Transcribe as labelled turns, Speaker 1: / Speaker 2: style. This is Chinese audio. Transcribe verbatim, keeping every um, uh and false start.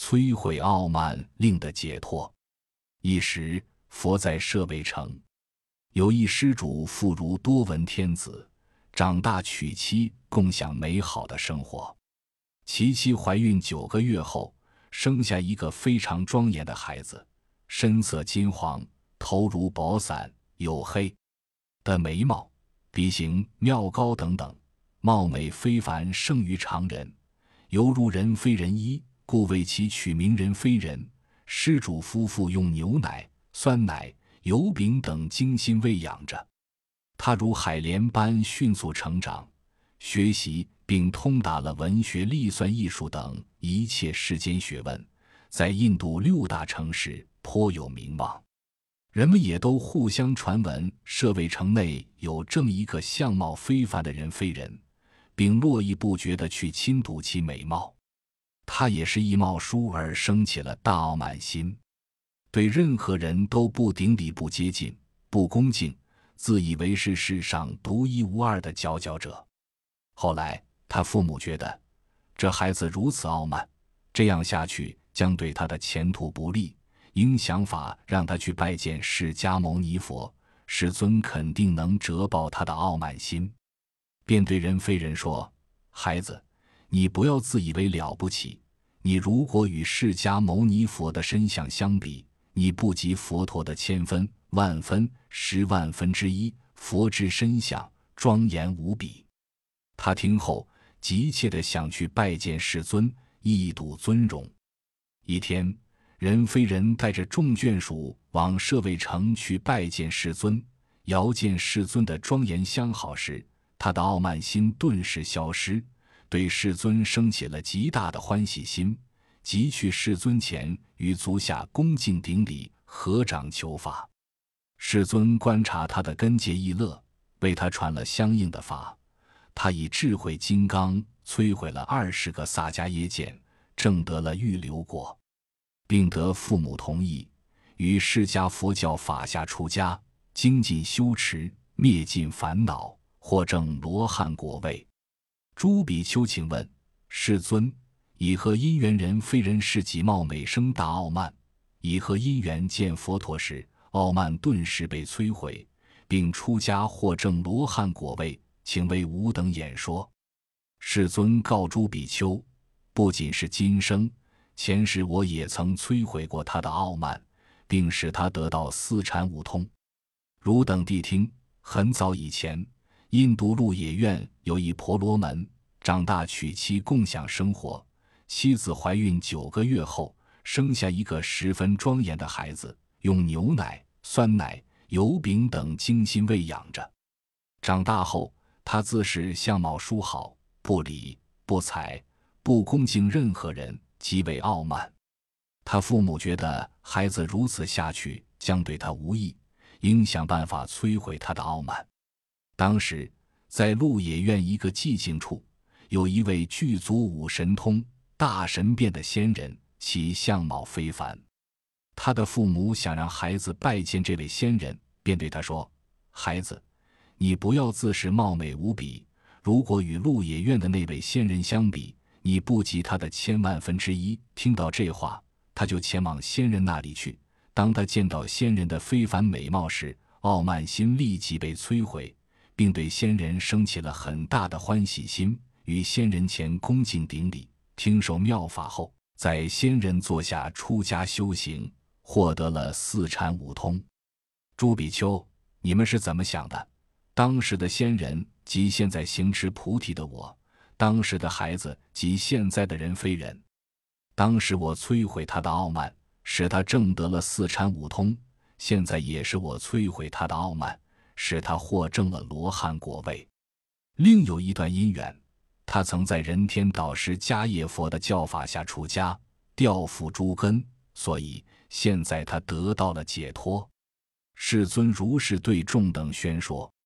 Speaker 1: 摧毁傲慢令的解脱。一时，佛在舍卫城，有一施主妇孺多闻天子，长大娶妻，共享美好的生活。其妻怀孕九个月后，生下一个非常庄严的孩子，身色金黄，头如薄伞，黝黑的眉毛，鼻形妙高等等，貌美非凡，胜于常人，犹如人非人衣，故为其取名人非人。施主夫妇用牛奶、酸奶、油饼等精心喂养着他，如海莲般迅速成长，学习并通达了文学、历算、艺术等一切世间学问，在印度六大城市颇有名望。人们也都互相传闻舍卫城内有这么一个相貌非凡的人非人，并络绎不绝地去亲睹其美貌。他也是一貌疏而生起了大傲慢心，对任何人都不顶礼、不接近、不恭敬，自以为是世上独一无二的佼佼者。后来他父母觉得这孩子如此傲慢，这样下去将对他的前途不利，应想法让他去拜见释迦牟尼佛，世尊肯定能折报他的傲慢心。便对人非人说：孩子，你不要自以为了不起，你如果与释迦牟尼佛的身相相比，你不及佛陀的千分、万分、十万分之一，佛之身相庄严无比。他听后急切地想去拜见世尊，一睹尊容。一天，人非人带着众眷属往舍卫城去拜见世尊，遥见世尊的庄严相好时，他的傲慢心顿时消失，对世尊生起了极大的欢喜心，即去世尊前于足下恭敬顶礼，合掌求法。世尊观察他的根结意乐，为他传了相应的法。他以智慧金刚摧毁了二十个萨迦耶剑，证得了预流果，并得父母同意，于释迦佛教法下出家，精进修持，灭尽烦恼，获证罗汉果位。诸比丘请问世尊，以何因缘人非人是己貌美生大傲慢？以何因缘见佛陀时，傲慢顿时被摧毁，并出家获证罗汉果位？请为吾等演说。世尊告诸比丘，不仅是今生，前世我也曾摧毁过他的傲慢，并使他得到四禅五通。汝等谛听，很早以前，印度鹿野苑有一婆罗门，长大娶妻共享生活，妻子怀孕九个月后，生下一个十分庄严的孩子，用牛奶、酸奶、油饼等精心喂养着。长大后，他自是相貌殊好，不理不睬，不恭敬任何人，极为傲慢。他父母觉得孩子如此下去将对他无益，应想办法摧毁他的傲慢。当时在鹿野苑一个寂静处，有一位具足五神通、大神变的仙人，其相貌非凡。他的父母想让孩子拜见这位仙人，便对他说：孩子，你不要自是貌美无比，如果与鹿野苑的那位仙人相比，你不及他的千万分之一。听到这话，他就前往仙人那里去。当他见到仙人的非凡美貌时，傲慢心立即被摧毁，并对仙人生起了很大的欢喜心，于仙人前恭敬顶礼，听受妙法后，在仙人座下出家修行，获得了四禅五通。诸比丘，你们是怎么想的？当时的仙人即现在行持菩提的我，当时的孩子即现在的人非人。当时我摧毁他的傲慢，使他证得了四禅五通，现在也是我摧毁他的傲慢，使他获证了罗汉果位。另有一段因缘，他曾在人天导师迦叶佛的教法下出家，调伏诸根，所以现在他得到了解脱。世尊如是对众等宣说。